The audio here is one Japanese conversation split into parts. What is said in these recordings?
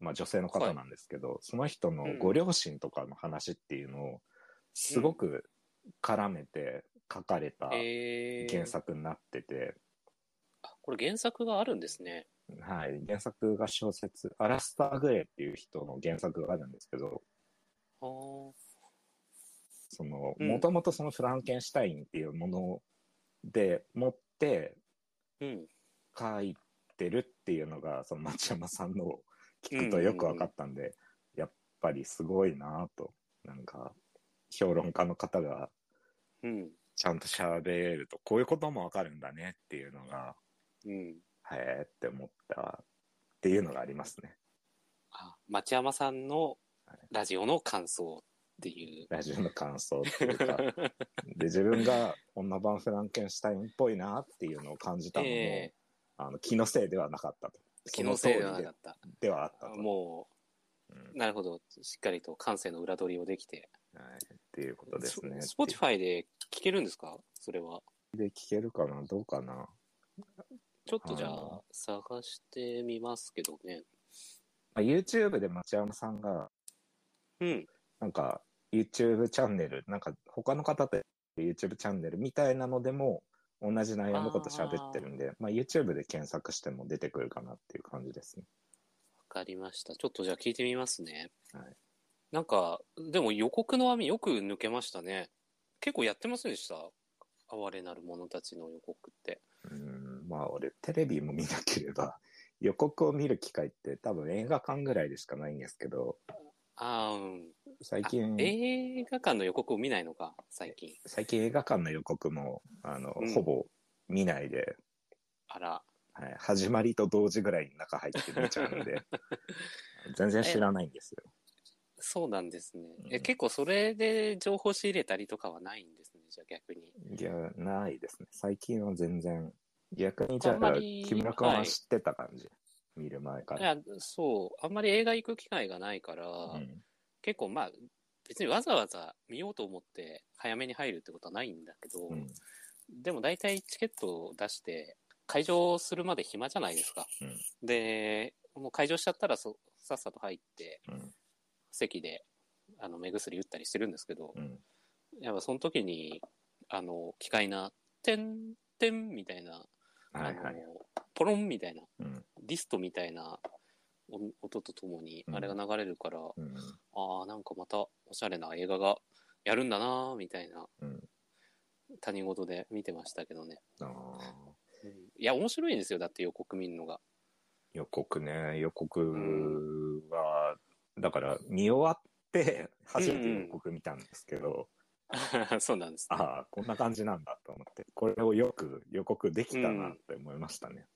まあ女性の方なんですけど、その人のご両親とかの話っていうのをすごく絡めて書かれた原作になってて、 あ、これ原作があるんですね。 はい、原作が小説、アラスター・グレイっていう人の原作があるんですけど、その、もともとそのフランケンシュタインっていうもので持って書いてるっていうのが、その町山さんのを聞くとよく分かったんで、やっぱりすごいなと、なんか評論家の方がちゃんと喋るとこういうことも分かるんだねっていうのが、へーって思ったっていうのがありますね。 あ、町山さんのラジオの感想っていう。 ラジオの感想っていうかで、自分が女版フランケンシュタインっぽいなっていうのを感じたのも、気のせいではなかかったと。 気のせいではなかった。 ではあったと。 もう、なるほど。しっかりと感性の裏取りをできて。 はい、っていうことですね。 Spotify で聞けるんですか？それは。 で聞けるかな？どうかな？ ちょっとじゃあ探してみますけどね。 YouTube で町山さんが、なんか YouTube チャンネル、なんか他の方で YouTube チャンネルみたいなのでも同じ内容のこと喋ってるんで、YouTube で検索しても出てくるかなっていう感じですね。 わかりました。ちょっとじゃあ聞いてみますね。 はい。 なんか、でも予告の網よく抜けましたね。結構やってませんでした？哀れなる者たちの予告って。 俺テレビも見なければ予告を見る機会って多分映画館ぐらいでしかないんですけど、最近映画館の予告を見ないのか、最近映画館の予告もほぼ見ないで、 あら、 はい、始まりと同時ぐらいに中入って見ちゃうんで全然知らないんですよ。 そうなんですね。結構それで情報仕入れたりとかはないんですね、じゃあ逆に。 いや、ないですね。最近は全然。逆にじゃあ、木村君は知ってた感じ、見る前から。 いや、そう。あんまり映画行く機会がないから、結構別にわざわざ見ようと思って早めに入るってことはないんだけど、でも大体チケットを出して会場するまで暇じゃないですか。で、もう会場しちゃったらさっさと入って、席で目薬打ったりしてるんですけど、やっぱその時に機械なてんてんみたいな、ポロンみたいな、リストみたいな音とともにあれが流れるから、なんかまたおしゃれな映画がやるんだなみたいな、他人事で見てましたけどね。いや面白いんですよ、だって予告見るのが。 予告は、だから見終わって初めて予告見たんですけど、 そうなんですね。 こんな感じなんだと思って、これをよく予告できたなって思いましたね。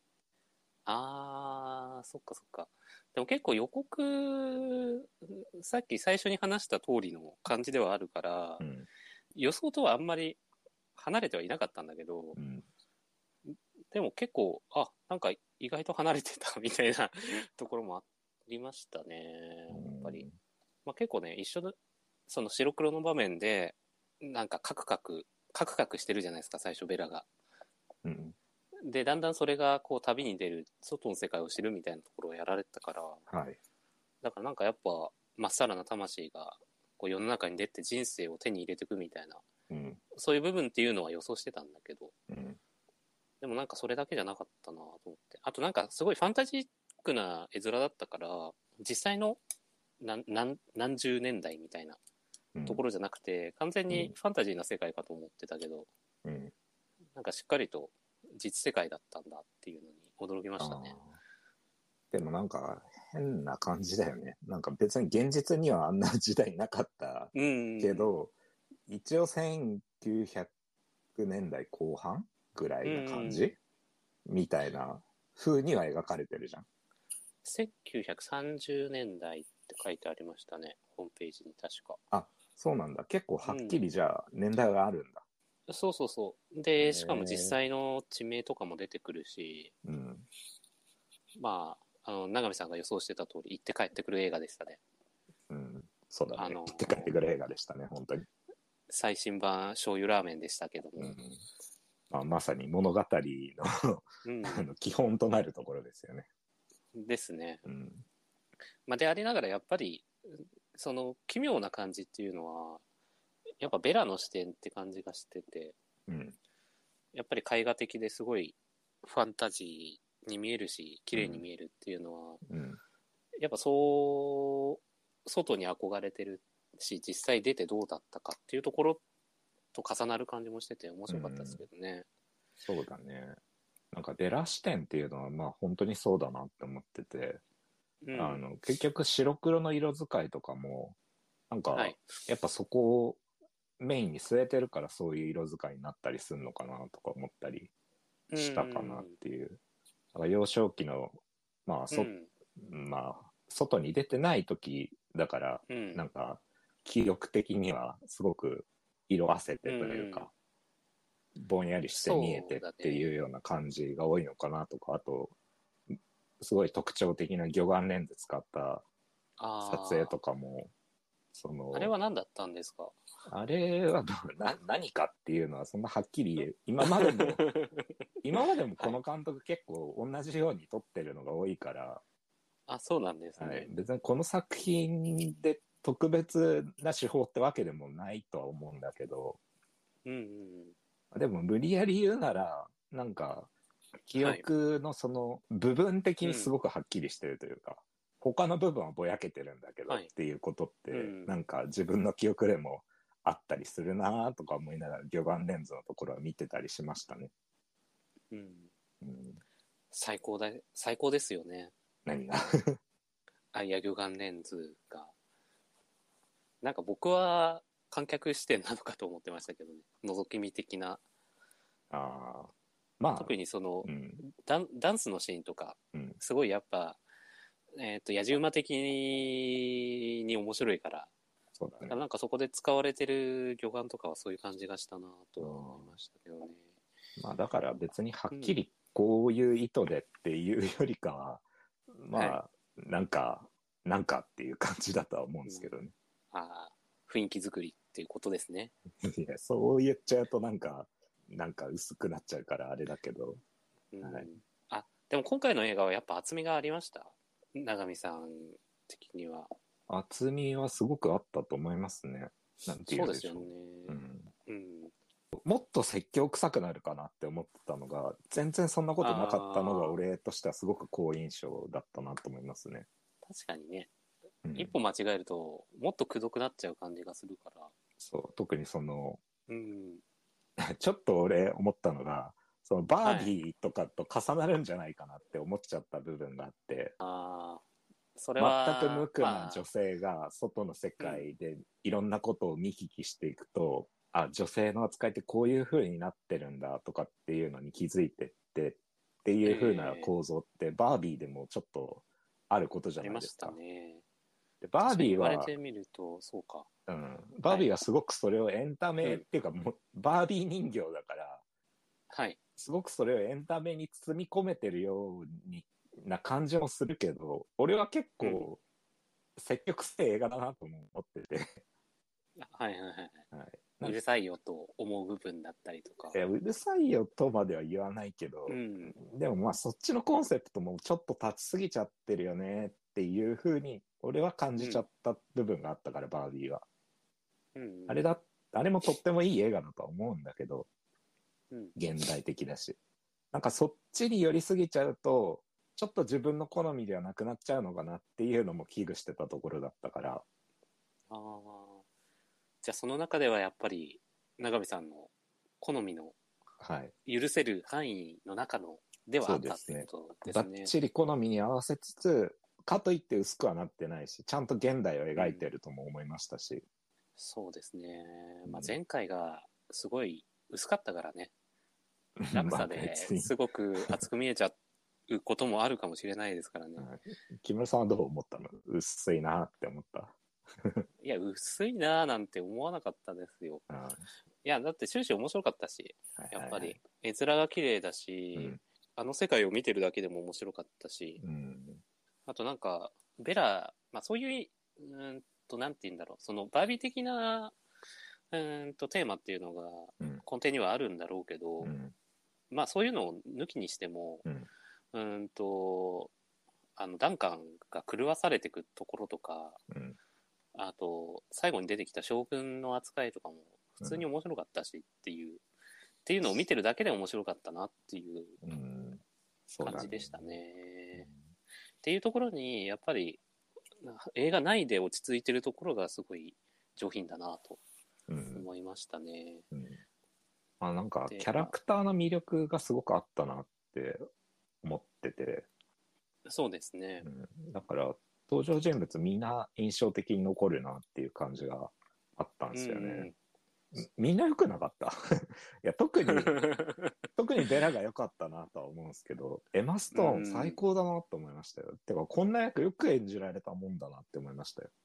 そっかそっか。でも結構予告、さっき最初に話した通りの感じではあるから、予想とはあんまり離れてはいなかったんだけど、でも結構、なんか意外と離れてたみたいなところもありましたね、やっぱり。結構ね、一緒の、その白黒の場面で、なんかカクカクしてるじゃないですか、最初ベラが。で、だんだんそれがこう旅に出る、外の世界を知るみたいなところをやられてたから、だからなんかやっぱ、まっさらな魂がこう世の中に出て人生を手に入れていくみたいな、そういう部分っていうのは予想してたんだけど、でもなんかそれだけじゃなかったなと思って。あとなんかすごいファンタジックな絵面だったから、実際の何十年代みたいなところじゃなくて、完全にファンタジーな世界かと思ってたけど、なんかしっかりと実世界だったんだっていうのに驚きましたね。 でもなんか変な感じだよね。なんか別に現実にはあんな時代なかったけど、一応1900年代後半ぐらいな感じ、みたいな風には描かれてるじゃん。 1930年代って書いてありましたね、ホームページに確か。 そうなんだ。結構はっきりじゃあ年代があるんだ。 そうそうそう。で、しかも実際の地名とかも出てくるし、永見さんが予想してた通り行って帰ってくる映画でしたね。 そうだね。行って帰ってくる映画でしたね、本当に。 最新版醤油ラーメンでしたけども。 まさに物語の基本となるところですよね。 ですね。 まあ、でありながらやっぱりその奇妙な感じっていうのはやっぱベラの視点って感じがしてて、 うん、 やっぱり絵画的ですごいファンタジーに見えるし綺麗に見えるっていうのは、 うん、 やっぱそう外に憧れてるし実際出てどうだったかっていうところと重なる感じもしてて面白かったですけどね。 そうだね。なんかベラ視点っていうのはまあ本当にそうだなって思ってて、結局白黒の色使いとかもなんか、はい、やっぱそこをメインに据えてるからそういう色使いになったりするのかなとか思ったりしたかなっていう。だから幼少期のまあまあ外に出てない時だから、なんか記憶的にはすごく色あせてというか、ぼんやりして見えてっていうような感じが多いのかなとか、あとすごい特徴的な魚眼レンズ使った撮影とかも、 あれは何だったんですか？ あれは何かっていうのはそんなはっきり今までもこの監督結構同じように撮ってるのが多いから、 あ、そうなんですね、 はい、別にこの作品で特別な手法ってわけでもないとは思うんだけど、でも無理やり言うならなんか記憶のその部分的にすごくはっきりしてるというか、他の部分はぼやけてるんだけどっていうことって、なんか自分の記憶でもあったりするなとか思いながら魚眼レンズのところは見てたりしましたね。 最高ですよね。 何がアイア魚眼レンズがなんか僕は観客視点なのかと思ってましたけどね、覗き見的な。まあ、特にその、ダンスのシーンとか、すごいやっぱ野じ馬的に面白いから、 そうだね、 なんかそこで使われてる魚眼とかはそういう感じがしたなと思いましたけどね。 まあだから別にはっきりこういう意図でっていうよりかは、まあ、はい、なんかっていう感じだとは思うんですけどね。 雰囲気作りっていうことですね。 いや、そう言っちゃうとなんか薄くなっちゃうからあれだけど。 はい、でも今回の映画はやっぱ厚みがありました？永見さん的には。 厚みはすごくあったと思いますね。なんていうでしょう。 そうですよね。 もっと説教臭くなるかなって思ってたのが、全然そんなことなかったのが俺としてはすごく好印象だったなと思いますね。 確かにね。一歩間違えるともっとくどくなっちゃう感じがするから。 そう、特にその、ちょっと俺思ったのが、そのバービーとかと重なるんじゃないかなって思っちゃった部分があって、 それは全く無垢な女性が外の世界でいろんなことを見聞きしていくと、女性の扱いってこういう風になってるんだとかっていうのに気づいてってっていう風な構造ってバービーでもちょっとあることじゃないですか。 ありましたね。 でバービーは言われてみるとそうか。 バービーはすごくそれをエンタメっていうか、もうバービー人形だから、 はい、すごくそれをエンタメに包み込めてるようにな感じもするけど、俺は結構積極性映画だなと思っててはい、うるさいよと思う部分だったりとか。 うるさいよとまでは言わないけど、でもまあそっちのコンセプトもちょっと立ちすぎちゃってるよねっていう風に俺は感じちゃった部分があったから、バービーは。あれもとってもいい映画だとは思うんだけど、現代的だし、なんかそっちに寄りすぎちゃうとちょっと自分の好みではなくなっちゃうのかなっていうのも危惧してたところだったから。 じゃあその中ではやっぱり永見さんの好みの許せる範囲の中のではあったってことですね。 バッチリ好みに合わせつつかといって薄くはなってないし、ちゃんと現代を描いてるとも思いましたし。 そうですね。前回がすごい薄かったからね。落差ですごく厚く見えちゃうこともあるかもしれないですからね。 木村さんはどう思ったの？薄いなって思った？ いや、薄いななんて思わなかったですよ。いや、だって終始面白かったし、やっぱり絵面が綺麗だし、あの世界を見てるだけでも面白かったし、あとなんかベラ、そういうなんて言うんだろう、そのバービー的なテーマっていうのが根底にはあるんだろうけど、そういうのを抜きにしても、 ダンカンが狂わされていくところとか、あと、最後に出てきた将軍の扱いとかも普通に面白かったしっていうのを見てるだけで面白かったなっていう感じでしたね。っていうところに、やっぱり映画内で落ち着いてるところがすごい上品だなと思いましたね。 なんかキャラクターの魅力がすごくあったなって思ってて。 そうですね。 だから登場人物みんな印象的に残るなっていう感じがあったんですよね。みんな良くなかったいや特にベラが良かったなとは思うんですけど、エマ・ストーン最高だなと思いましたよ。てかこんな役よく演じられたもんだなって思いましたよ。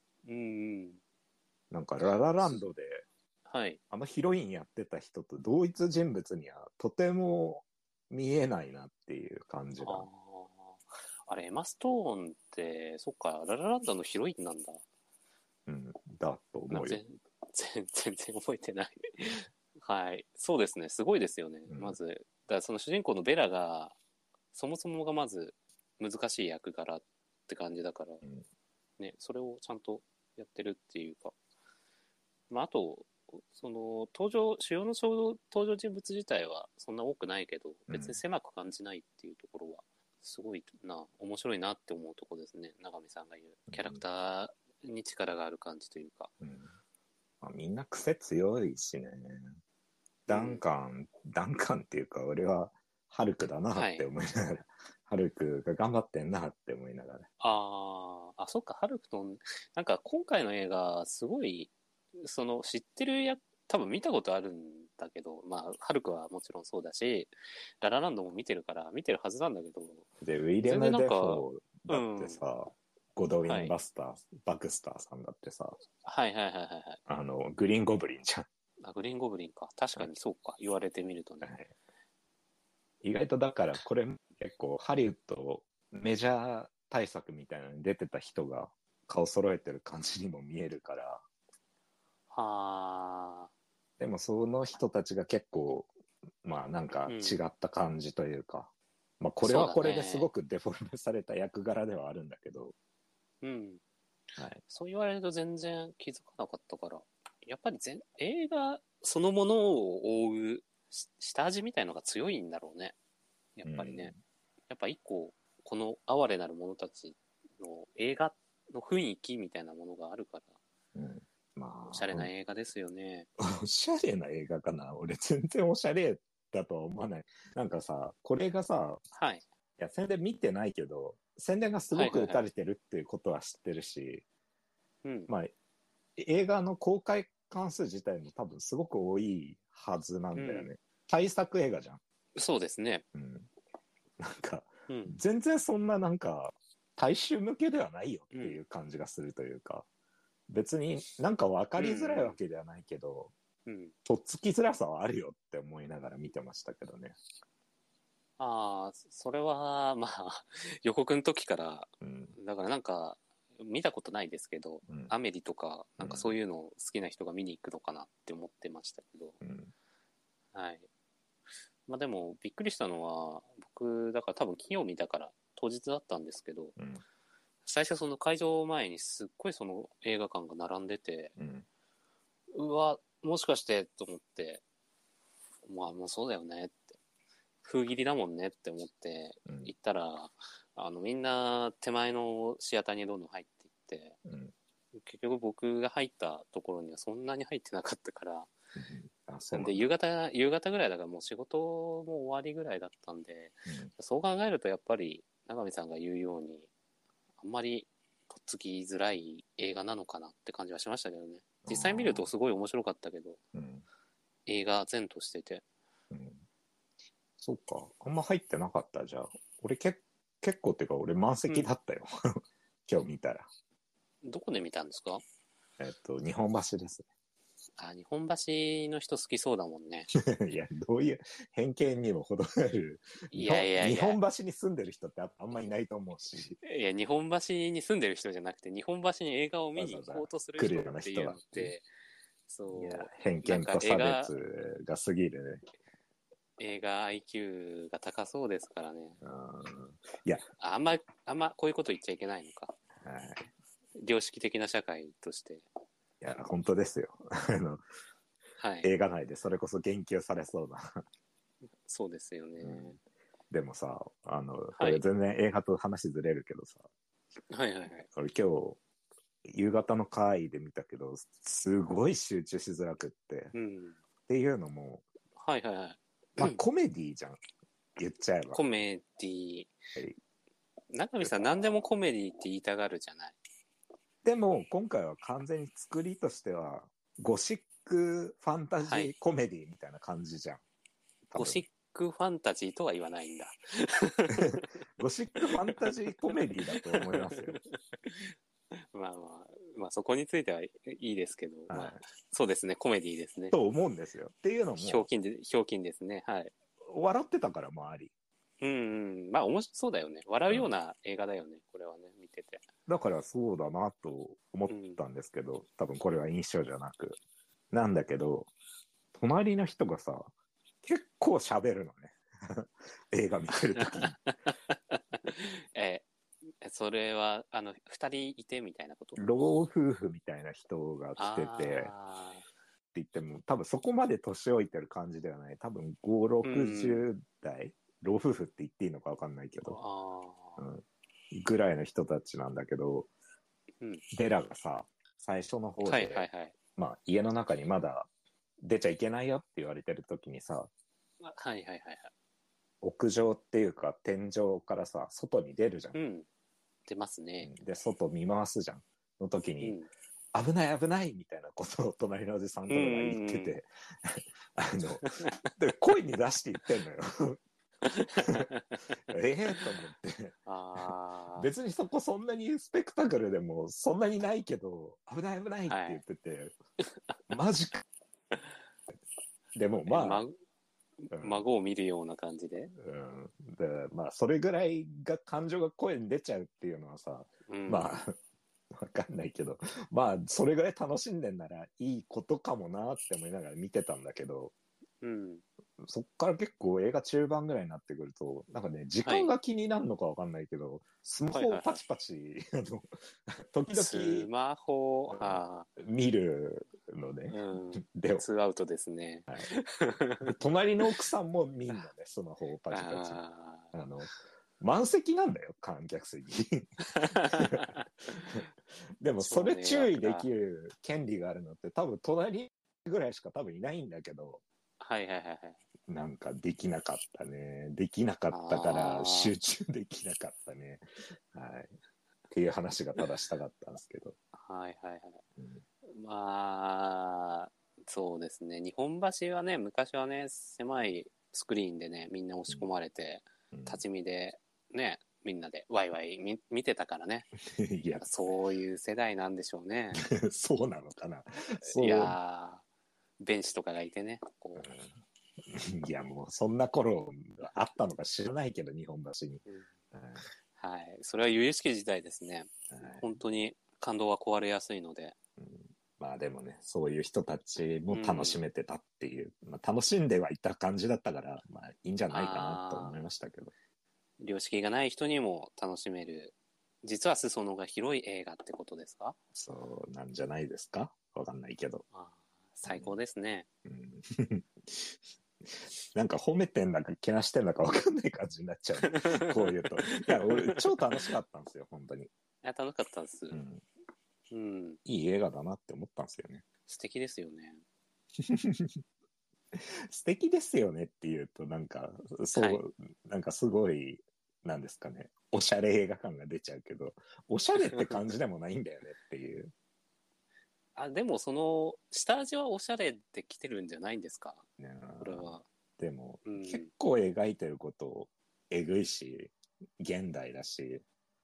なんかララランドで、あのヒロインやってた人と同一人物にはとても見えないなっていう感じが。 あれエマ・ストーンってそっかララランドのヒロインなんだ。 だと思うよ。 全然覚えてないはい、そうですね、すごいですよね。まずだからその主人公のベラがそもそもがまず難しい役柄って感じだから、ね、それをちゃんとやってるっていうか、あとその主要の登場人物自体はそんな多くないけど別に狭く感じないっていうところはすごい面白いなって思うところですね。永見さんが言うキャラクターに力がある感じというか、 みんな癖強いしね。ダンカンっていうか俺はハルクだなって思いながら、ハルクが頑張ってんなって思いながら。 そっか、ハルクとなんか今回の映画すごいその知ってる多分見たことあるんだけど、ハルクはもちろんそうだしララランドも見てるはずなんだけど、 でウィリアム・デフォーだってさ、ゴドウィン・バクスターさんだってさ、グリーンゴブリンじゃん。 グリーンゴブリンか。確かにそうか、言われてみるとね。 意外とだからこれ結構ハリウッドメジャー大作みたいなのに出てた人が顔揃えてる感じにも見えるから。でもその人たちが結構なんか違った感じというか、これはこれですごくデフォルメされた役柄ではあるんだけど、そう言われると全然気づかなかったから、やっぱり映画そのものを覆う下味みたいのが強いんだろうね。やっぱりね。やっぱ一個この哀れなる者たちの映画の雰囲気みたいなものがあるから、おしゃれな映画ですよね。おしゃれな映画かな。俺全然おしゃれだとは思わない。なんかさ、これがさ、いや宣伝見てないけど宣伝がすごく打たれてるっていうことは知ってるし、映画の公開関数自体も多分すごく多いはずなんだよね。大作映画じゃん。 そうですね。 なんか、全然そんななんか大衆向けではないよっていう感じがするというか、別になんか分かりづらいわけではないけど、とっつきづらさはあるよって思いながら見てましたけどね。 それは予告の時から、だからなんか見たことないですけど、アメリとかなんかそういうの好きな人が見に行くのかなって思ってましたけど、でもびっくりしたのは、僕だから多分金曜日だから当日だったんですけど、最初その会場前にすっごいその映画館が並んでて、うわもしかしてと思って、もうそうだよねって、封切りだもんねって思って行ったら、みんな手前のシアターにどんどん入っていって、結局僕が入ったところにはそんなに入ってなかったから、で夕方ぐらいだからもう仕事も終わりぐらいだったんで、そう考えるとやっぱり永見さんが言うようにあんまりとっつきづらい映画なのかなって感じはしましたけどね。実際見るとすごい面白かったけど、映画前としてて、 そうか、あんま入ってなかった。じゃあ俺結構っていうか俺満席だったよ、今日見たら。 どこで見たんですか？ 日本橋ですね。 日本橋の人好きそうだもんね。 いや、どういう偏見にも程がある。日本橋に住んでる人ってあんまりいないと思うし。 いや、日本橋に住んでる人じゃなくて、日本橋に映画を見に行こうとする人っていうのって、 そう。偏見と差別が過ぎるね。 映画 IQ が高そうですからね。 いや、 あんまこういうこと言っちゃいけないのか。 はい。 良識的な社会として。 いや、本当ですよ。 はい。 映画内でそれこそ言及されそうな。 そうですよね。 でもさ、これ全然映画と話ずれるけどさ、 はいはいはい。 俺今日、夕方の会で見たけど、すごい集中しづらくって。っていうのも、 はいはいはい。 まあコメディじゃん。言っちゃえば。 コメディ。はい、中見さん何でもコメディって言いたがるじゃない。 でも今回は完全に作りとしてはゴシックファンタジーコメディみたいな感じじゃん。 ゴシックファンタジーとは言わないんだ。 ゴシックファンタジーコメディだと思いますよ。 まあそこについてはいいですけど、まあ、そうですね、コメディですね。 と思うんですよ。っていうのもひょうきんですね。はい。 笑ってたから周り。 まあ面白そうだよね。笑うような映画だよね、これはね、見てて。 だからそうだなと思ったんですけど、多分これは印象じゃなく。なんだけど、隣の人がさ、結構喋るのね。映画見てるときに。 それは、二人いてみたいなこと？ 老夫婦みたいな人が来てて、って言っても、多分そこまで年老いてる感じではない。多分5、60代、老夫婦って言っていいのか分かんないけど、ぐらいの人たちなんだけど、ベラがさ、最初の方で、まあ家の中にまだ出ちゃいけないよって言われてる時にさ、屋上っていうか天井からさ、外に出るじゃん。 出ますね。 で、外見回すじゃん。の時に、危ない危ないみたいなことを隣のおじさんとかが言ってて、で声に出して言ってんのよ。と思って。別にそこそんなにスペクタクルでもそんなにないけど、危ない危ないって言ってて、マジか。でもまあ、 孫を見るような感じで。 でまあそれぐらいが感情が声に出ちゃうっていうのはさ、まあわかんないけど、まあそれぐらい楽しんでんならいいことかもなって思いながら見てたんだけど、そっから結構映画中盤ぐらいになってくると、なんかね、時間が気になるのかわかんないけど、スマホをパチパチ、時々、 スマホ、 見るのね。 で、ツーアウトですね。 隣の奥さんも見んのね、スマホをパチパチ。満席なんだよ、観客席。でも、それ注意できる権利があるのって多分隣ぐらいしか多分いないんだけど、なんかできなかったね。できなかったから集中できなかったね。っていう話がただしたかったんですけど。 まあ、そうですね。日本橋はね、昔はね、狭いスクリーンでね、みんな押し込まれて、立ち見でね、みんなでワイワイ見てたからね。いや、そういう世代なんでしょうね。 そうなのかな。 いや弁士とかがいてね、こう。 いや、もうそんな頃あったのか知らないけど、日本橋に。 それは由々しき時代ですね。本当に感動は壊れやすいので。 まあでもね、そういう人たちも楽しめてたっていう、まあ、楽しんではいた感じだったから、まあいいんじゃないかなと思いましたけど。 良識がない人にも楽しめる、実は裾野が広い映画ってことですか？ そうなんじゃないですか？わかんないけど。 最高ですね。 なんか褒めてんだかけなしてんだかわかんない感じになっちゃう。こういうと。いや、俺超楽しかったんですよ、本当に。 楽しかったんです。 いい映画だなって思ったんですよね。 素敵ですよね。 素敵ですよねって言うと、なんか、そう、なんかすごい、なんですかね、おしゃれ映画感が出ちゃうけど、おしゃれって感じでもないんだよねっていう。 でもその下味はおしゃれで来てるんじゃないんですか？これは。 でも、結構描いてることえぐいし、現代だし、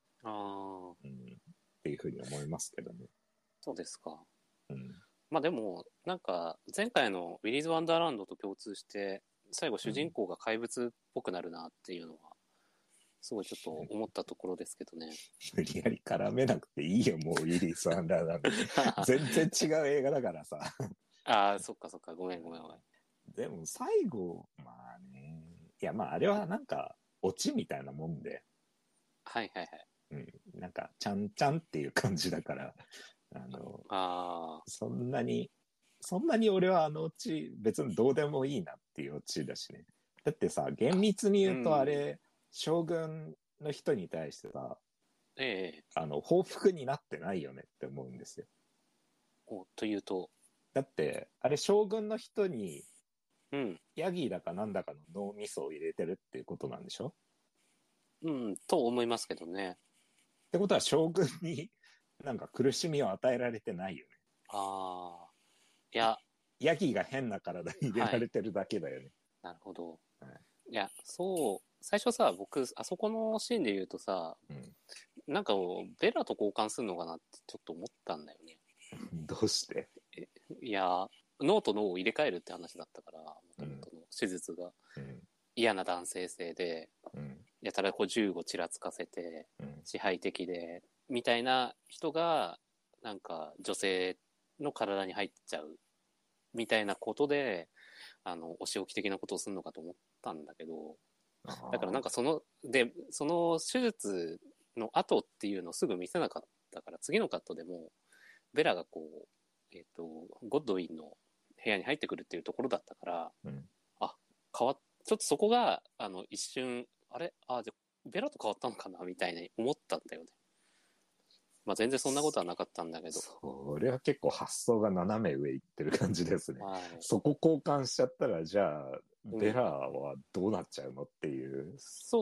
っていうふうに思いますけどね。 そうですか。まあでもなんか前回のウィリーズ・ワンダーランドと共通して最後主人公が怪物っぽくなるなっていうのはすごいちょっと思ったところですけどね。 無理やり絡めなくていいよ、もうウィリーズ・ワンダーランド。全然違う映画だからさ。 そっかそっか、ごめん。 でも最後、まあね、 いや、まあ、あれはなんか、オチみたいなもんで、 はいはいはい。 うん、なんか、ちゃんちゃんっていう感じだから、 あそんなに俺はあのオチ、別にどうでもいいなっていうオチだしね。だってさ、厳密に言うとあれ、将軍の人に対してさ、 ええ報復になってないよねって思うんですよ。 というと、 だって、あれ将軍の人に、 うん。 ヤギだかなんだかの脳みそを入れてるっていうことなんでしょ？ うん、と思いますけどね。 ってことは将軍になんか苦しみを与えられてないよね。 ああ。いや、 ヤギが変な体に入れられてるだけだよね。 なるほど。 はい、 いや、そう、最初さ、僕、あそこのシーンで言うとさ、なんかベラと交換するのかなってちょっと思ったんだよね。 どうして？ いや、脳と脳を入れ替えるって話だったから、もともとの手術が。嫌な男性性で、やたらこう銃をちらつかせて、支配的で、みたいな人が、なんか女性の体に入っちゃう、みたいなことで、お仕置き的なことをするのかと思ったんだけど、だからなんかその手術の後っていうのをすぐ見せなかったから、次のカットでも、ベラがこう、ゴッドウィンの部屋に入ってくるっていうところだったから、ちょっとそこが、一瞬、じゃベラと変わったのかなみたいに思ったんだよね。まあ全然そんなことはなかったんだけど。 それは結構発想が斜め上行ってる感じですね。 はい、 そこ交換しちゃったら、じゃあ、ベラはどうなっちゃうのっていう。 そう。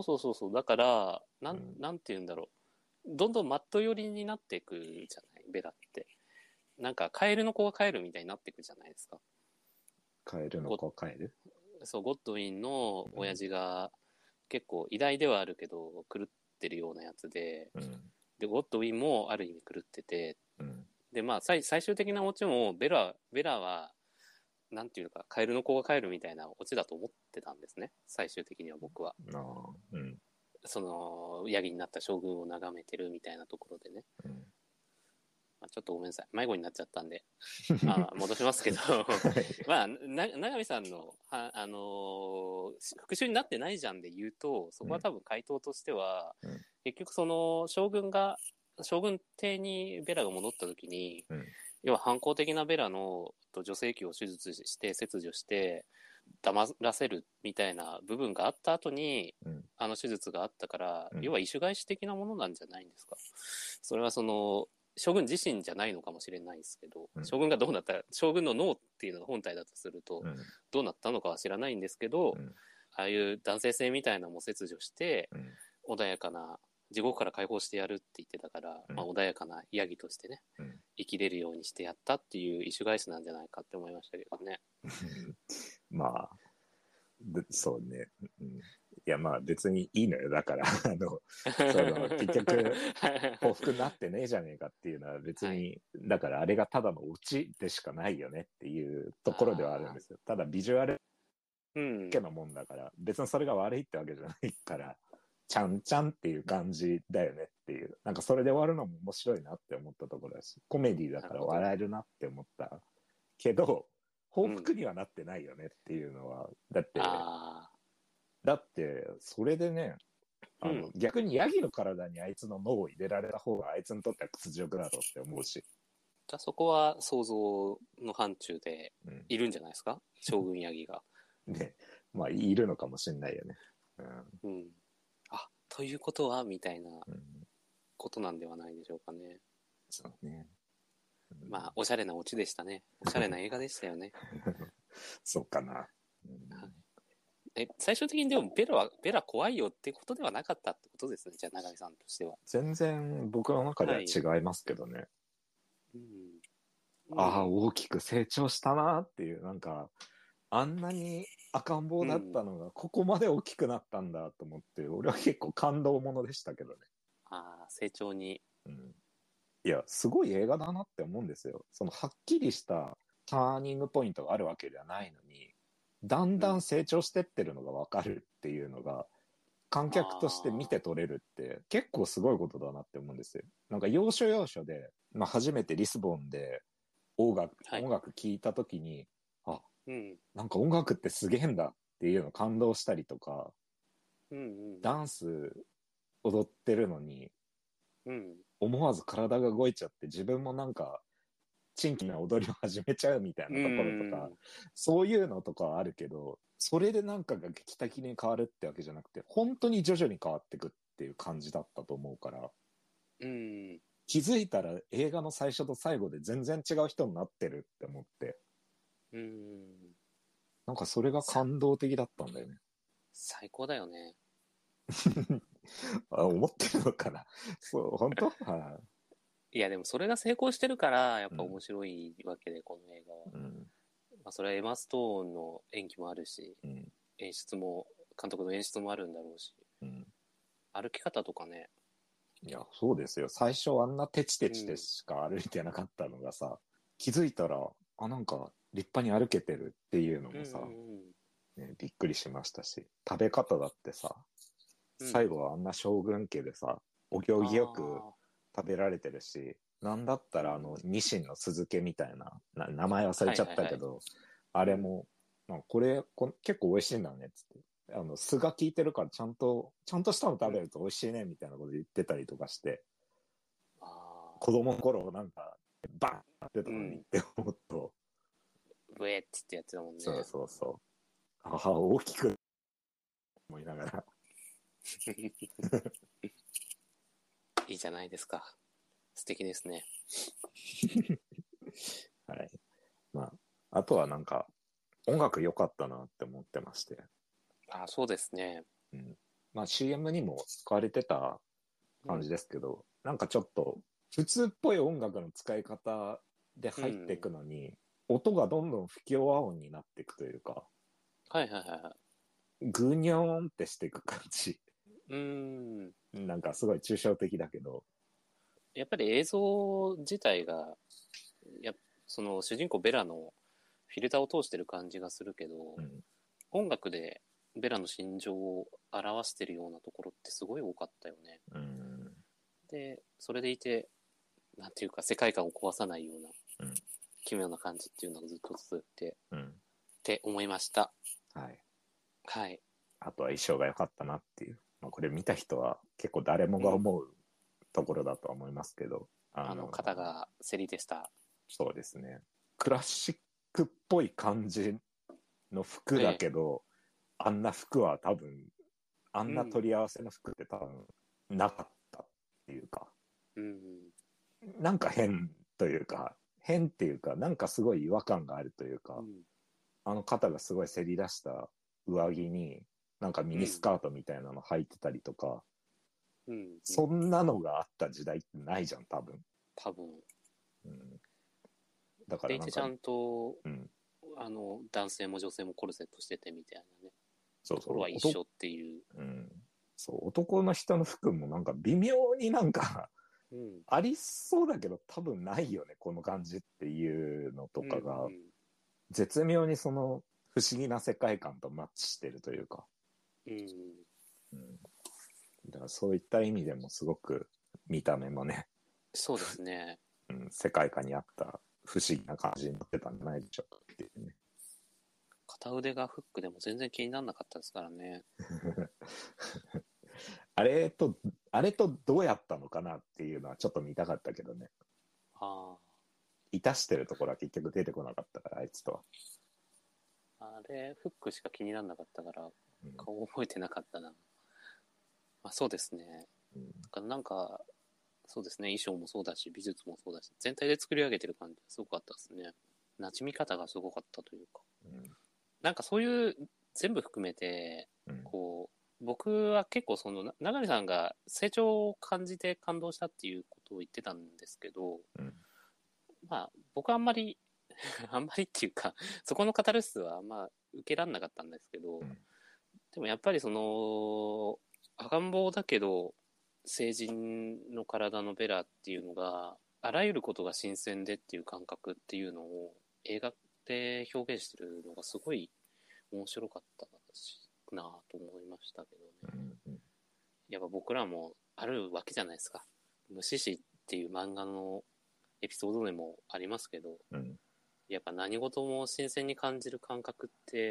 だから、なんて言うんだろう。どんどんマット寄りになっていくじゃない、ベラって。なんか、カエルの子がカエルみたいになっていくじゃないですか。 カエルの子カエル？ そう、ゴッドウィンの親父が結構偉大ではあるけど狂ってるようなやつで、で、ゴッドウィンもある意味狂ってて、で、まあ最終的なオチもベラは、なんていうか、カエルの子がカエルみたいなオチだと思ってたんですね。最終的には僕は。その、ヤギになった将軍を眺めてるみたいなところでね。ちょっとごめんなさい。迷子になっちゃったんで、戻しますけど、まあ、永見さんの、復讐になってないじゃんで言うと、そこは多分回答としては、結局その、将軍邸にベラが戻った時に、要は反抗的なベラの女性器を手術して切除して黙らせるみたいな部分があった後に、あの手術があったから、要は異種返し的なものなんじゃないんですか。それはその、将軍自身じゃないのかもしれないですけど、将軍がどうなったら、将軍の脳っていうのが本体だとすると、どうなったのかは知らないんですけど、ああいう男性性みたいなのも切除して、穏やかな、地獄から解放してやるって言ってたから、まあ、穏やかなヤギとしてね、生きれるようにしてやったっていう意種返しなんじゃないかって思いましたけどね。 まあ、そうね。いや、まあ別にいいのよ。だから、結局、幸福になってねえじゃねえかっていうのは別に、だからあれがただのオチでしかないよねっていうところではあるんですよ。ただビジュアルだけのもんだから、別にそれが悪いってわけじゃないから、ちゃんちゃんっていう感じだよねっていう。なんかそれで終わるのも面白いなって思ったところだし、コメディだから笑えるなって思ったけど、報復にはなってないよねっていうのは、だって、それでね、逆にヤギの体にあいつの脳を入れられた方があいつにとっては屈辱だろうって思うし。 じゃあそこは想像の範疇でいるんじゃないですか、将軍ヤギが。 ね、まあいるのかもしれないよね。 ということはみたいなことなんではないでしょうかね。 そうね。 まあ、おしゃれなオチでしたね。おしゃれな映画でしたよね。 そうかな。 最終的にでもベラ怖いよってことではなかったってことですね。じゃあ永井さんとしては。 全然僕の中では違いますけどね。大きく成長したなっていう、なんかあんなに赤ん坊だったのがここまで大きくなったんだと思って、俺は結構感動ものでしたけどね。 成長に。 いや、すごい映画だなって思うんですよ。そのはっきりしたターニングポイントがあるわけではないのに、だんだん成長してってるのが分かるっていうのが、観客として見て取れるって結構すごいことだなって思うんですよ。なんか要所要所で、初めてリスボンで音楽聴いた時に、なんか音楽ってすげえんだっっていうの感動したりとか、 うんうん。 ダンス踊ってるのに、 うん。 思わず体が動いちゃって自分もなんか、珍奇な踊りを始めちゃうみたいなところとか、そういうのとかはあるけど、それでなんかが劇的に変わるってわけじゃなくて、本当に徐々に変わっていくっていう感じだったと思うから、 うん。 気づいたら映画の最初と最後で全然違う人になってるって思って、 うん。 なんかそれが感動的だったんだよね。 最高だよね。 思ってるのかな。そう、本当？ いや、でもそれが成功してるから、やっぱ面白いわけで、この映画は。 うん。 まあ、それはエマ・ストーンの演技もあるし、 うん。 演出も、監督の演出もあるんだろうし、 うん。 歩き方とかね。 いや、そうですよ。最初あんなテチテチでしか歩いてなかったのがさ、気づいたら、なんか立派に歩けてるっていうのもさ、ね、びっくりしましたし、食べ方だってさ、最後はあんな将軍家でさ、お行儀よく食べられてるし、なんだったらニシンの酢漬けみたいな、名前忘れちゃったけど、あれも、これ結構美味しいんだねっつって。酢が効いてるからちゃんとしたの食べると美味しいねみたいなこと言ってたりとかして、子供の頃なんかバーンってたのにって思うと、 ブエッつってやつだもんね。 そうそうそう。母大きく思いながらいいじゃないですか。素敵ですね。 はい。まあ、あとはなんか音楽良かったなって思ってまして。 そうですね。 うん。まあ CM にも使われてた感じですけど、なんかちょっと普通っぽい音楽の使い方で入っていくのに、音がどんどん不協和音になっていくというか、 はいはいはい。 グニョーンってしていく感じ。なんかすごい抽象的だけど。 やっぱり映像自体が、その主人公ベラのフィルターを通してる感じがするけど、音楽でベラの心情を表してるようなところってすごい多かったよね。で、それでいて、なんていうか世界観を壊さないような、奇妙な感じっていうのがずっと続いて、って思いました。 はい。 はい。 あとは衣装が良かったなっていう。まあ、これ見た人は結構誰もが思うところだとは思いますけど。 肩がセリでした。 そうですね。クラシックっぽい感じの服だけど、あんな服は多分、あんな取り合わせの服って多分なかったっていうか、なんか変というか、変っていうか、なんかすごい違和感があるというか、肩がすごいせり出した上着に、なんかミニスカートみたいなの履いてたりとか、そんなのがあった時代ってないじゃん、多分。 だからなんかちゃんと、男性も女性もコルセットしててみたいなね。 そうそう。 ところは一緒っていう。 そう、男の人の服もなんか微妙になんかありそうだけど多分ないよね、この感じっていうのとかが、絶妙にその不思議な世界観とマッチしてるというか。だからそういった意味でもすごく見た目もね。 そうですね。 世界観に合った不思議な感じになってたんじゃないでしょうかっていうね。 片腕がフックでも全然気にならなかったですからね。 あれとどうやったのかなっていうのはちょっと見たかったけどね。いたしてるところは結局出てこなかったから、あいつとは。 あれ、フックしか気にならなかったから、顔覚えてなかったな。まあそうですね。なんか、そうですね、衣装もそうだし、美術もそうだし、全体で作り上げてる感じがすごかったですね。馴染み方がすごかったというか。なんかそういう全部含めて、こう、僕は結構その、永見さんが成長を感じて感動したっていうことを言ってたんですけど、まあ僕はあんまりあんまりっていうか、そこのカタルシスはあんま受けらんなかったんですけど、でもやっぱりその、赤ん坊だけど、成人の体のベラっていうのが、あらゆることが新鮮でっていう感覚っていうのを映画で表現してるのがすごい面白かったなと思いましたけどね。やっぱ僕らもあるわけじゃないですか。虫師っていう漫画のエピソードでもありますけど、やっぱ何事も新鮮に感じる感覚って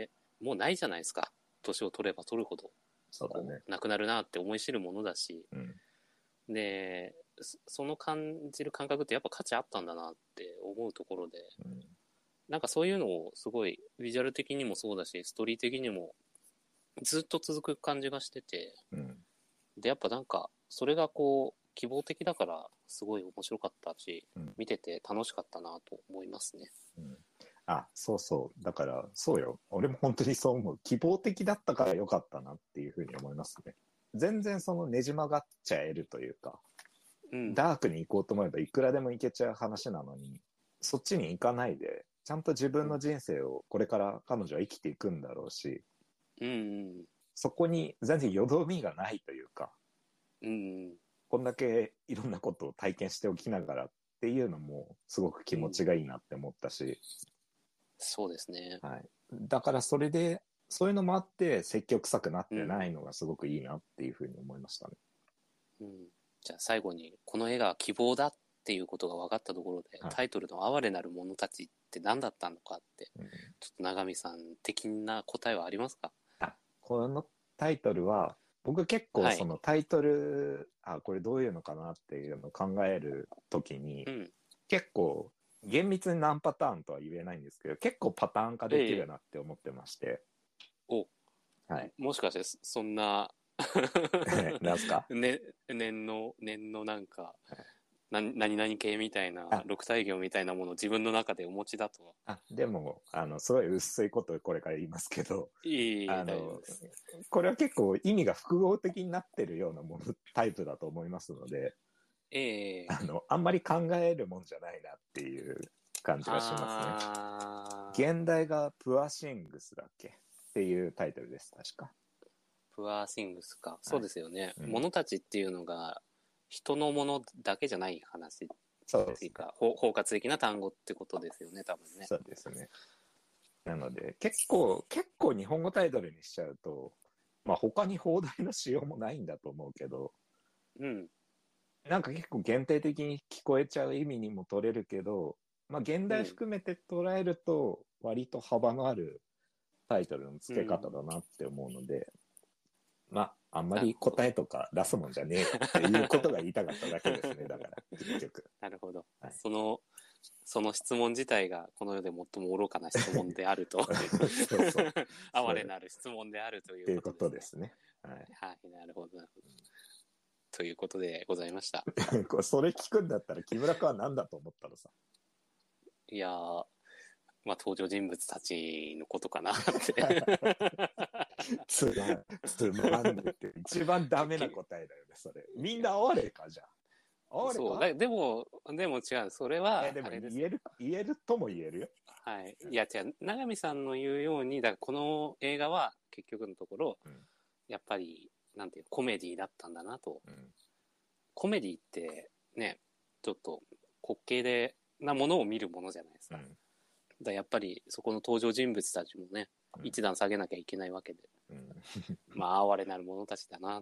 もうないじゃないですか。年を取れば取るほど。 そうだね。 なくなるなって思い知るものだし、 うん。 で、その感じる感覚ってやっぱ価値あったんだなって思うところで、 うん。 なんかそういうのをすごいビジュアル的にもそうだし、ストーリー的にもずっと続く感じがしてて、 うん。 で、やっぱなんかそれがこう希望的だからすごい面白かったし、 うん見てて楽しかったなと思いますね。 うん。あ、そうそう。だから、そうよ。俺も本当にそう思う。希望的だったから良かったなっていうふうに思いますね。全然そのねじ曲がっちゃえるというか、 うん。 ダークに行こうと思えばいくらでも行けちゃう話なのに、そっちに行かないで、ちゃんと自分の人生をこれから彼女は生きていくんだろうし、 うんうんそこに全然よどみがないというか、 うんうんこんだけいろんなことを体験しておきながらっていうのもすごく気持ちがいいなって思ったし、 そうですね。 はい。だからそれで、そういうのもあって積極臭くなってないのがすごくいいなっていうふうに思いましたね。 うん、じゃあ最後にこの映画は希望だっていうことが分かったところで、 はい、 タイトルの「哀れなる者たち」って何だったのかって、 うん、 ちょっと永見さん的な答えはありますか？ このタイトルは僕結構そのタイトル、はい、これどういうのかなっていうのを考えるときに、結構厳密に何パターンとは言えないんですけど、結構パターン化できるなって思ってまして。 はい、もしかしてそんななんすか、 ね、念のなんか、何々系みたいな六体行みたいなものを自分の中でお持ちだとは。 でもすごい薄いことをこれから言いますけど、これは結構意味が複合的になってるようなものタイプだと思いますので、あんまり考えるもんじゃないなっていう感じがしますね。現代がプアシングスだっけっていうタイトルです、確か。 プアシングスか、はい、そうですよね、 うん、 物たちっていうのが人のものだけじゃない話っていうか、包括的な単語ってことですよね、多分ね。 そうですね。なので結構日本語タイトルにしちゃうと、まあ他に放題のしようもないんだと思うけど、 うん、 なんか結構限定的に聞こえちゃう意味にも取れるけど、まあ現代含めて捉えると割と幅のあるタイトルの付け方だなって思うので、まああんまり答えとか出すもんじゃねえっていうことが言いたかっただけですね。だから結局。 なるほど。 はい、 その質問自体がこの世で最も愚かな質問であると哀れなる質問であるということですね。はい、はい、なるほどなるほど。ということでございました。 それ聞くんだったら木村君は何だと思ったのさ。 いやー、まあ登場人物たちのことかなってつまんでって一番ダメな答えだよね、それ。みんな哀れかじゃん。 そうでも違う、それはでも言えるとも言えるよ。 はい。いや違う、永見さんの言うように、だからこの映画は結局のところ、やっぱりなんていうコメディだったんだなと、コメディってね、ちょっと滑稽なものを見るものじゃないですか。だやっぱりそこの登場人物たちもね、一段下げなきゃいけないわけで、まあ哀れなる者たちだな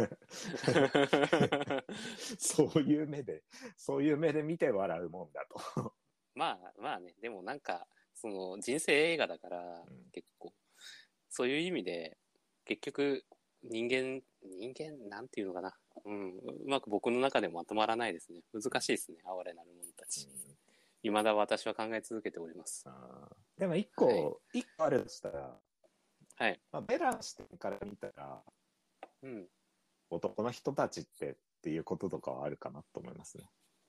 そういう目で見て笑うもんだとまあね、でもなんかその人生映画だから、結構そういう意味で結局人間なんていうのかな、うまく僕の中でまとまらないですね。難しいですね、哀れなる者たち。未だ私は考え続けております。 でも一個あるとしたら、 はい。 まあ、ベラン視点から見たら、男の人たちっていうこととかはあるかなと思いますね。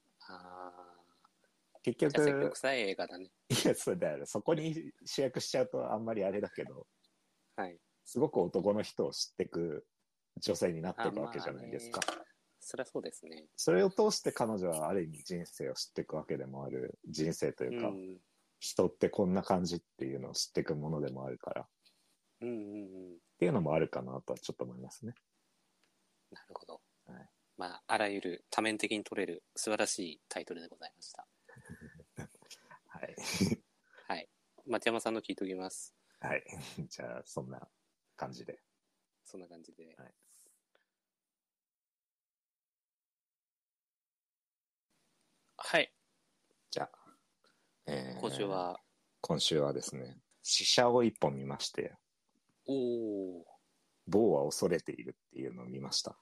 結局積極臭い映画だね。 いや、そうだよね。そこに主役しちゃうとあんまりあれだけど、 はい。 すごく男の人を知っていく女性になっていくわけじゃないですか。 そりゃそうですね。 それを通して彼女はある意味人生を知っていくわけでもある、人生というか、人ってこんな感じっていうのを知っていくものでもあるから、っていうのもあるかなとはちょっと思いますね。 なるほど。 はい、 まあ、あらゆる多面的に取れる素晴らしいタイトルでございました。 はい。 はい。松山さんの聞いておきます。 はい。じゃあ、そんな感じで。 そんな感じで。 はい。 はい。 じゃあ、 今週はですね、試写を一本見まして。 おお。 某は恐れているっていうのを見ました。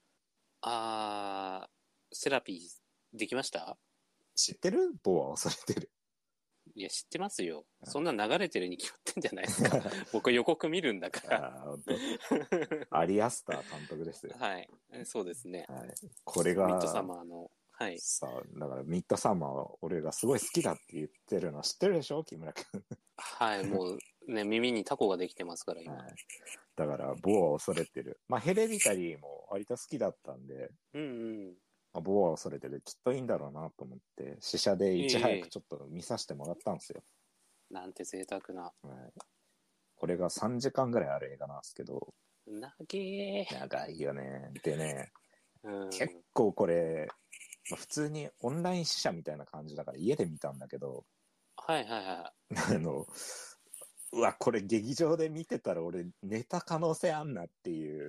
セラピーできました？ 知ってる？某は恐れてる。 いや、知ってますよ。そんな流れてるに決まってんじゃないですか。僕予告見るんだから。 本当。アリアスター監督ですよ。 はい。そうですね。 はい。これが、 ミッドサマーの、はい。 さあ、だからミッドサマーは俺がすごい好きだって言ってるの知ってるでしょ、木村君。 はい、もうね、耳にタコができてますから、今。 はい、だから、某は恐れてる。まあ、ヘレディタリーも割と好きだったんで、 うんうん。 まあ、某は恐れてる。きっといいんだろうなと思って、試写でいち早くちょっと見させてもらったんですよ。 なんて贅沢な。 はい。これが3時間ぐらいある映画なんですけど。 長え。 長いよね。でね、 うん、 結構これ、まあ、普通にオンライン試写みたいな感じだから家で見たんだけど、 はいはいはい。うわ、これ劇場で見てたら俺寝た可能性あんなっていう。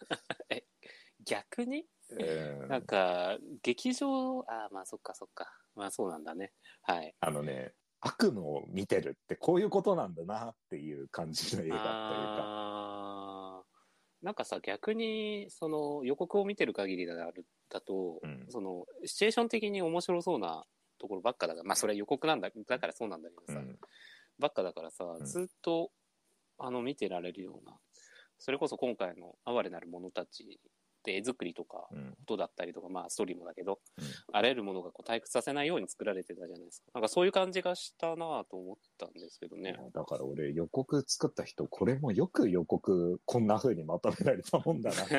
逆に、なんか、劇場、まあそっかそっか。まあそうなんだね。はい。 悪夢を見てるってこういうことなんだなっていう感じの映画というか。 なんかさ、逆に、その予告を見てる限りだと、その、シチュエーション的に面白そうなところばっかだから、まあそれは予告なんだからそうなんだけどさ、ばっかだからさ、ずっと、見てられるような、それこそ今回の哀れなる者たちで絵作りとか、音だったりとか、まあストーリーもだけど、あらゆるものがこう退屈させないように作られてたじゃないですか。なんかそういう感じがしたなと思ったんですけどね。 だから俺予告作った人、これもよく予告こんな風にまとめられたもんだなって、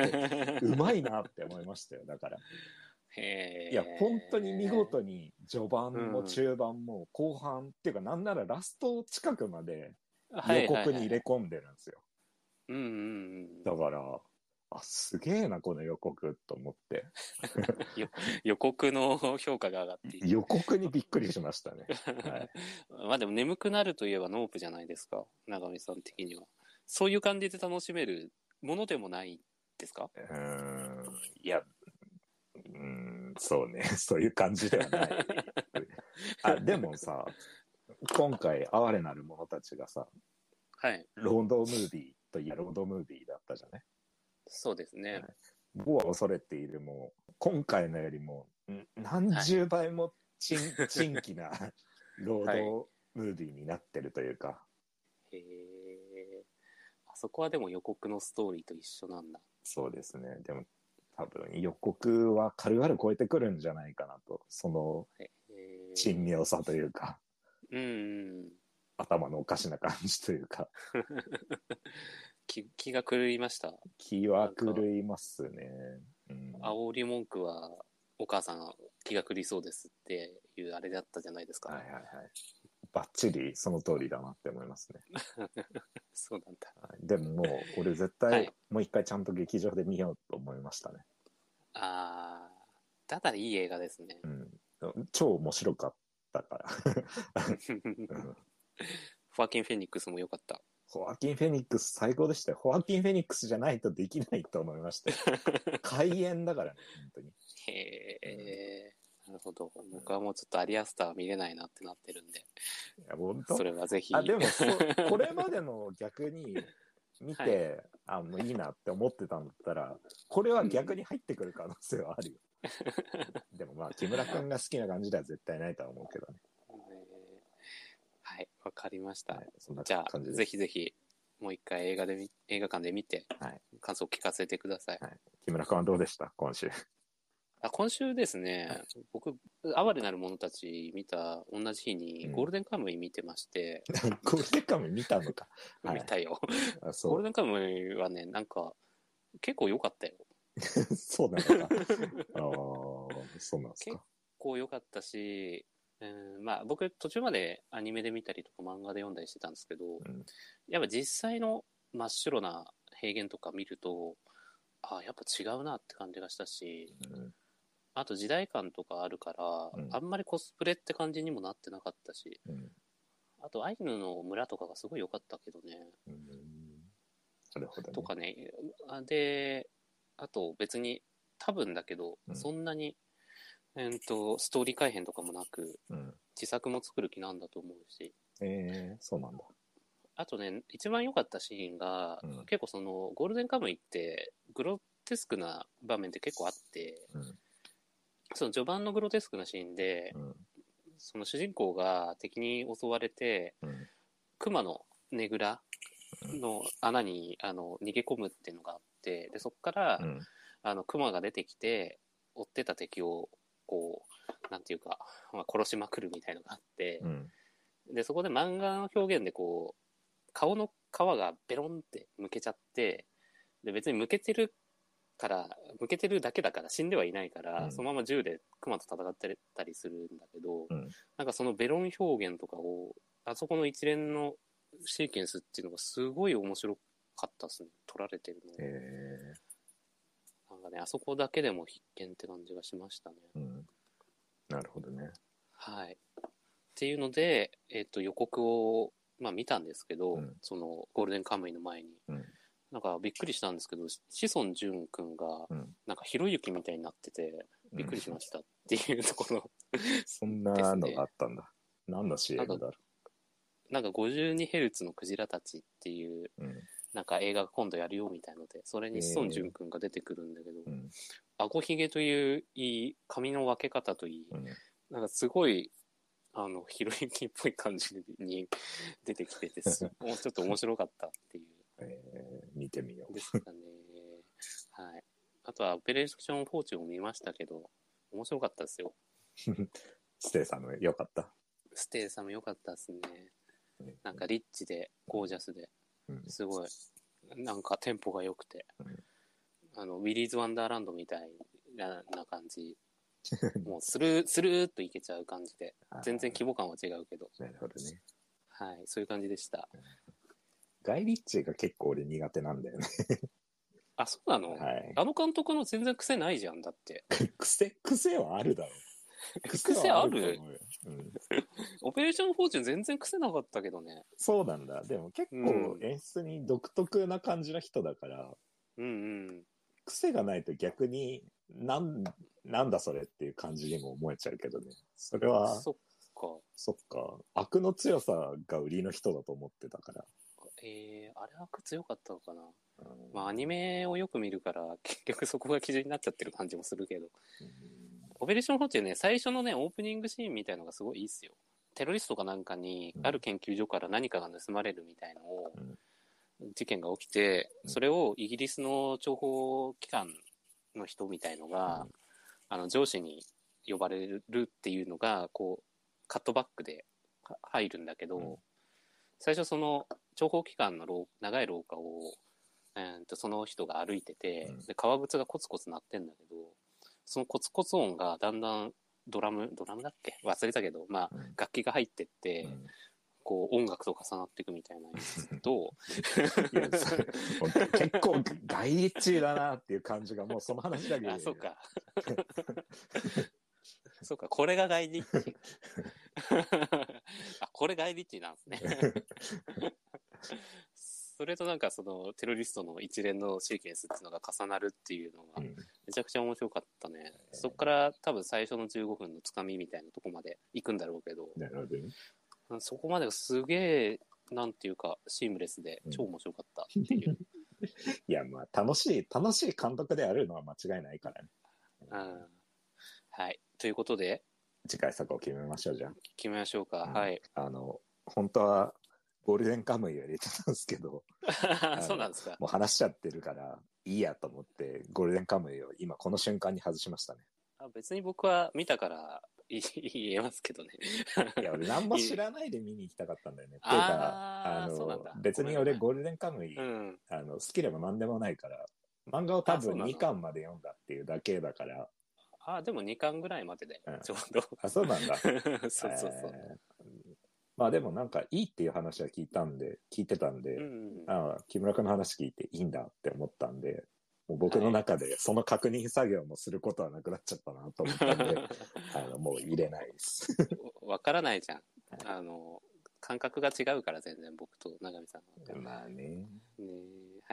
うまいなって思いましたよ、だから。いや、本当に見事に序盤も中盤も後半、っていうかなんならラスト近くまで予告に入れ込んでるんですよ。だから、すげえな、この予告と思って。 予告の評価が上がっている。 予告にびっくりしましたね。はい、 まあでも眠くなるといえばノープじゃないですか、長見さん的には。そういう感じで楽しめるものでもないですか？ いや、そうね。そういう感じではない。でもさ、今回、哀れなる者たちがさ、 はい。 ロードムービーといやロードムービーだったじゃね。 そうですね。 某は恐れているも、今回のよりも、何十倍も珍奇なロードムービーになってるというか。はい、 へえ。あそこはでも予告のストーリーと一緒なんだ。 そうですね。でも、多分予告は軽々超えてくるんじゃないかなと。その、珍妙さというか。頭のおかしな感じというか。 気が狂いました。 気は狂いますね。 煽り文句はお母さん気が狂いそうですっていうあれだったじゃないですか。 はいはいはい。バッチリその通りだなって思いますね。 そうなんだ。 でももう俺絶対もう一回ちゃんと劇場で見ようと思いましたね。 ただいい映画ですね。 超面白かったから。 フォアキン・フェニックスも良かった。 ホアキン・フェニックス最高でしたよ。ホアキン・フェニックスじゃないとできないと思いましたよ。開演だからね、本当に。 へえ、なるほど。僕はもうちょっとアリアスターは見れないなってなってるんで。いや、本当？ それはぜひ。 でもこれまでの逆に見て、もういいなって思ってたんだったら、これは逆に入ってくる可能性はあるよ。でもまあ、木村くんが好きな感じでは絶対ないとは思うけどね。 はい、わかりました。 そんなじゃあ、ぜひぜひ、もう一回映画館で見て、感想を聞かせてください。 木村くんはどうでした今週？ 今週ですね、僕、哀れなる者たち見た同じ日に、ゴールデンカムイ見てまして。 ゴールデンカムイ見たのか。 見たよ。ゴールデンカムイはね、なんか、結構良かったよ。 そうなのか。そうなんですか。 結構良かったし、まあ僕途中までアニメで見たりとか漫画で読んだりしてたんですけど、やっぱ実際の真っ白な平原とか見ると、やっぱ違うなって感じがしたし、あと時代感とかあるから、あんまりコスプレって感じにもなってなかったし、あとアイヌの村とかがすごい良かったけどね。 なるほどね。 とかね。で、あと別に多分だけど、そんなにストーリー改編とかもなく、自作も作る気なんだと思うし。 そうなんだ。 あとね、一番良かったシーンが、結構その、ゴールデンカムイって、グロテスクな場面って結構あって、その序盤のグロテスクなシーンで、その主人公が敵に襲われて、熊のねぐらの穴に逃げ込むっていうのがあって、でそこから、熊が出てきて追ってた敵をこうなんていうか、殺しまくるみたいのがあって、でそこで漫画の表現でこう顔の皮がベロンってむけちゃって、で別にむけてるだけだから死んではいないから、そのまま銃で熊と戦ってたりするんだけど、なんかそのベロン表現とかをあそこの一連のシーケンスっていうのがすごい面白かったですね。撮られてるの。なんかね、あそこだけでも必見って感じがしましたね。 なるほどね。 はい。っていうので、予告を、見たんですけど、そのゴールデンカムイの前に。なんかびっくりしたんですけど、志尊淳くんが、なんかひろゆきみたいになってて、びっくりしましたっていうところ、 そんなのがあったんだ。何の CM だろう。 なんか 52Hz のクジラたちっていう、なんか映画が今度やるよみたいので、それに志尊淳くんが出てくるんだけど、顎ひげという髪の分け方といい、なんかすごい、ひろゆきっぽい感じに出てきてて、もうちょっと面白かったっていう。 見てみよう。 ですかね。はい。あとは、オペレーションフォーチュンを見ましたけど、面白かったですよ。 ステイさんの良かった？ ステイさんも良かったですね。なんかリッチで、ゴージャスで、すごい、なんかテンポが良くて、ウィリーズ・ワンダーランドみたいな感じ。もうスルーっといけちゃう感じで、全然規模感は違うけど。 なるほどね。 はい、そういう感じでした。 ガイ・リッチーが結構俺苦手なんだよね。 あ、そうなの？ はい。 あの監督の全然癖ないじゃん、だって。 癖はあるだろ。 癖ある？オペレーションフォーチュン全然癖なかったけどね。 そうなんだ。でも結構演出に独特な感じの人だから、癖がないと逆になんだそれっていう感じにも思えちゃうけどね。それは、そっか。悪の強さが売りの人だと思ってたから。 あれ悪強かったのかな。アニメをよく見るから結局そこが基準になっちゃってる感じもするけど、オペレーションフォーチュンね、最初のねオープニングシーンみたいのがすごいいいっすよ。テロリストかなんかにある研究所から何かが盗まれるみたいのを、事件が起きて、それをイギリスの諜報機関の人みたいのが、上司に呼ばれるっていうのがこうカットバックで入るんだけど、最初その諜報機関の長い廊下を、その人が歩いてて、で革靴がコツコツ鳴ってんだけど、そのコツコツ音がだんだんドラムだっけ忘れたけど、楽器が入ってって、こう音楽と重なっていくみたいなやつと結構ガイリッチーだなっていう感じがもうその話だけで。 あ、そうか。そうか、これがガイリッチー。あ、これガイリッチーなんですね。それとなんかそのテロリストの一連のシーケンスっていうのが重なるっていうのがめちゃくちゃ面白かったね。そこから多分最初の15分のつかみみたいなとこまで行くんだろうけど、そこまでがすげえなんていうかシームレスで超面白かったっていう。 いや楽しい監督であるのは間違いないからね。 はい。ということで次回作を決めましょう。じゃあ決めましょうか。はい。 本当はゴールデンカムイを入れてたんですけどそうなんですか。 もう話しちゃってるからいいやと思ってゴールデンカムイを今この瞬間に外しましたね。 別に僕は見たから言えますけどね。 いや俺何も知らないで見に行きたかったんだよね。っていうか別に俺ゴールデンカムイ、好きでも何でもないから漫画を多分2巻まで読んだっていうだけだから。 でも2巻ぐらいまででちょうど。 そうなんだ。 そう。 でもなんかいいっていう話は聞いてたんで、木村君の話聞いていいんだって思ったんで、もう僕の中でその確認作業もすることはなくなっちゃったなと思ったんで、もう入れないです。 わからないじゃん。感覚が違うから全然僕と永見さんの。 まあね。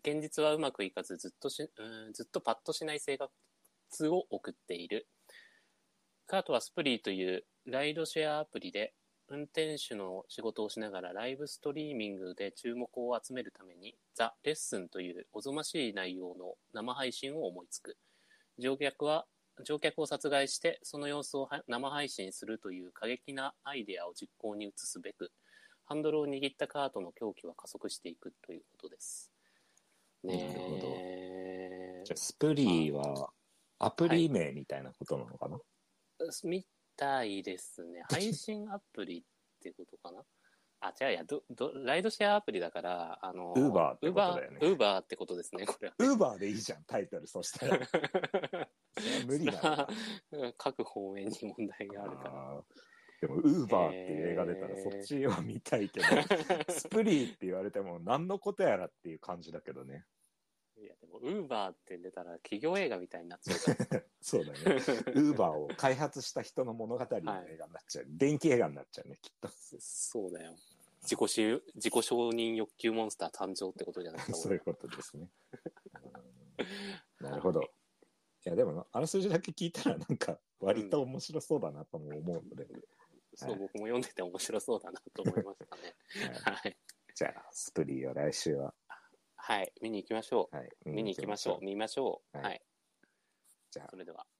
現実はうまくいかずずっとパッとしない生活を送っている。カートはスプリーというライドシェアアプリで運転手の仕事をしながらライブストリーミングで注目を集めるためにザ・レッスンというおぞましい内容の生配信を思いつく。乗客を殺害してその様子を生配信するという過激なアイデアを実行に移すべくハンドルを握ったカートの狂気は加速していくということです。 なるほど。じゃあスプリーはアプリ名みたいなことなのかな？ みたいですね。配信アプリってことかな。あ、違うや、ライドシェアアプリだから、 ウーバーってことだよね。 ウーバーってことですね、これは。 ウーバーでいいじゃん、タイトル、そしたら。それは無理だな。各方面に問題があるから。 でも、ウーバーっていう映画出たら、そっちは見たいけど、スプリーって言われても、何のことやらっていう感じだけどね。 いや、でも、ウーバーって出たら、企業映画みたいになっちゃうから。 そうだね。ウーバーを開発した人の物語の映画になっちゃう。電気映画になっちゃうね、きっと。 そうだよ。自己承認欲求モンスター誕生ってことじゃないですか。 そういうことですね。なるほど。いや、でも、あらすじだけ聞いたら、なんか、割と面白そうだなとも思うので。 そう、僕も読んでて面白そうだなと思いましたね。はい。 じゃあ、スプリーを来週は。 はい、見に行きましょう。 はい、 見に行きましょう。見ましょう。はい。 じゃあ、 それでは。